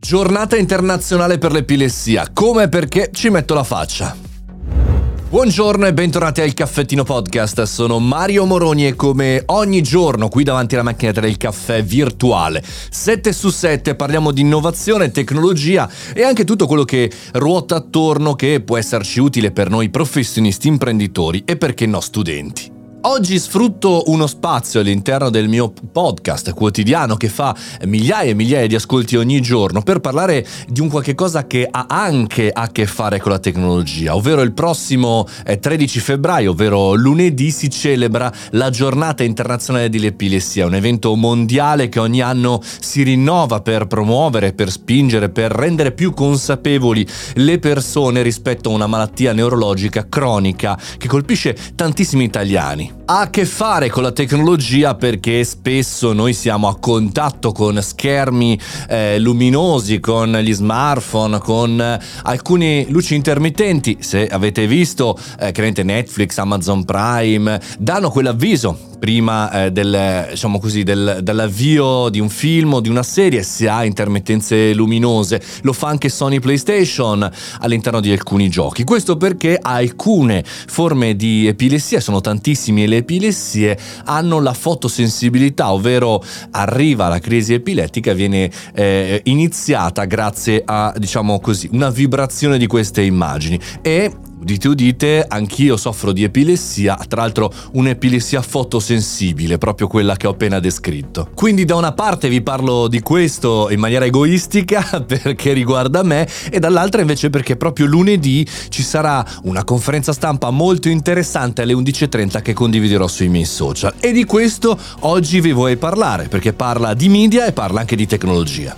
Giornata internazionale per l'epilessia. Come e perché ci metto la faccia. Buongiorno e bentornati al Caffettino Podcast, sono Mario Moroni e come ogni giorno qui davanti alla macchinetta del caffè virtuale 7 su 7 parliamo di innovazione, tecnologia e anche tutto quello che ruota attorno che può esserci utile per noi professionisti, imprenditori e perché no studenti. Oggi sfrutto uno spazio all'interno del mio podcast quotidiano che fa migliaia e migliaia di ascolti ogni giorno per parlare di un qualche cosa che ha anche a che fare con la tecnologia, ovvero il prossimo 13 febbraio, ovvero lunedì, si celebra la Giornata Internazionale dell'Epilessia, un evento mondiale che ogni anno si rinnova per promuovere, per spingere, per rendere più consapevoli le persone rispetto a una malattia neurologica cronica che colpisce tantissimi italiani. Ha a che fare con la tecnologia perché spesso noi siamo a contatto con schermi luminosi, con gli smartphone, con alcune luci intermittenti. Se avete visto, chiaramente Netflix, Amazon Prime danno quell'avviso prima dell'avvio di un film o di una serie se ha intermittenze luminose. Lo fa anche Sony PlayStation all'interno di alcuni giochi. Questo perché alcune forme di epilessia, sono tantissime le epilessie, hanno la fotosensibilità, ovvero arriva la crisi epilettica, viene iniziata grazie a, una vibrazione di queste immagini. E udite, anch'io soffro di epilessia, tra l'altro un'epilessia fotosensibile, proprio quella che ho appena descritto. Quindi da una parte vi parlo di questo in maniera egoistica perché riguarda me e dall'altra invece perché proprio lunedì ci sarà una conferenza stampa molto interessante alle 11:30 che condividerò sui miei social e di questo oggi vi vuoi parlare perché parla di media e parla anche di tecnologia.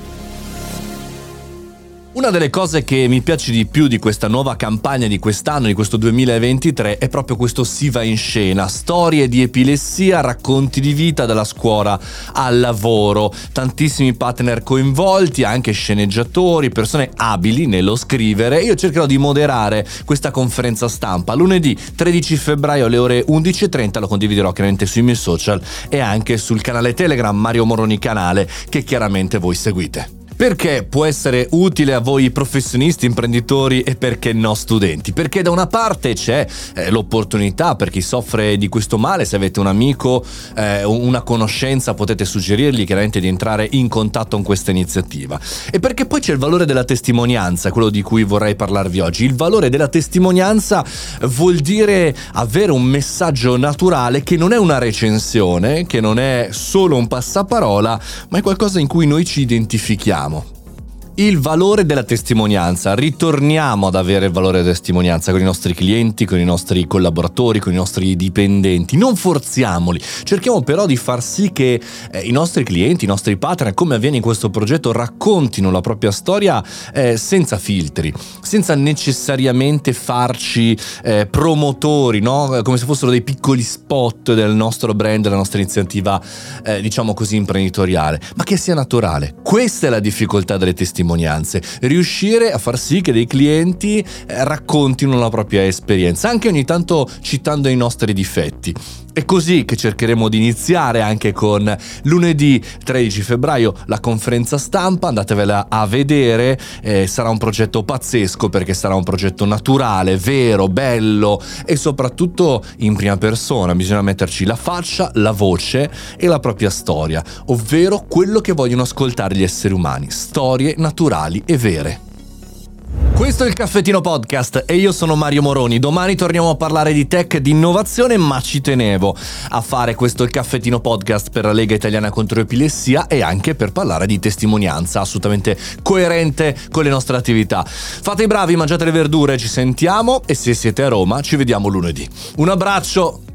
Una delle cose che mi piace di più di questa nuova campagna di quest'anno, di questo 2023, è proprio questo Si va in scena, storie di epilessia, racconti di vita dalla scuola al lavoro, tantissimi partner coinvolti, anche sceneggiatori, persone abili nello scrivere. Io cercherò di moderare questa conferenza stampa lunedì 13 febbraio alle ore 11:30, lo condividerò chiaramente sui miei social e anche sul canale Telegram Mario Moroni Canale che chiaramente voi seguite. Perché può essere utile a voi professionisti, imprenditori e perché no studenti? Perché da una parte c'è l'opportunità per chi soffre di questo male, se avete un amico, una conoscenza, potete suggerirgli chiaramente di entrare in contatto con questa iniziativa. E perché poi c'è il valore della testimonianza, quello di cui vorrei parlarvi oggi. Il valore della testimonianza vuol dire avere un messaggio naturale che non è una recensione, che non è solo un passaparola, ma è qualcosa in cui noi ci identifichiamo. Il valore della testimonianza, ritorniamo ad avere il valore della testimonianza con i nostri clienti, con i nostri collaboratori, con i nostri dipendenti, non forziamoli, cerchiamo però di far sì che i nostri clienti, i nostri partner, come avviene in questo progetto, raccontino la propria storia senza filtri, senza necessariamente farci promotori, no? Come se fossero dei piccoli spot del nostro brand, della nostra iniziativa, imprenditoriale, ma che sia naturale. Questa è la difficoltà delle testimonianze. Riuscire a far sì che dei clienti raccontino la propria esperienza, anche ogni tanto citando i nostri difetti. È così che cercheremo di iniziare anche con lunedì 13 febbraio la conferenza stampa, andatevela a vedere, sarà un progetto pazzesco perché sarà un progetto naturale, vero, bello e soprattutto in prima persona, bisogna metterci la faccia, la voce e la propria storia, ovvero quello che vogliono ascoltare gli esseri umani, storie naturali e vere. Questo è il Caffettino Podcast e io sono Mario Moroni. Domani torniamo a parlare di tech, di innovazione, ma ci tenevo a fare questo il Caffettino Podcast per la Lega Italiana contro l'Epilessia e anche per parlare di testimonianza assolutamente coerente con le nostre attività. Fate i bravi, mangiate le verdure, ci sentiamo e se siete a Roma ci vediamo lunedì. Un abbraccio!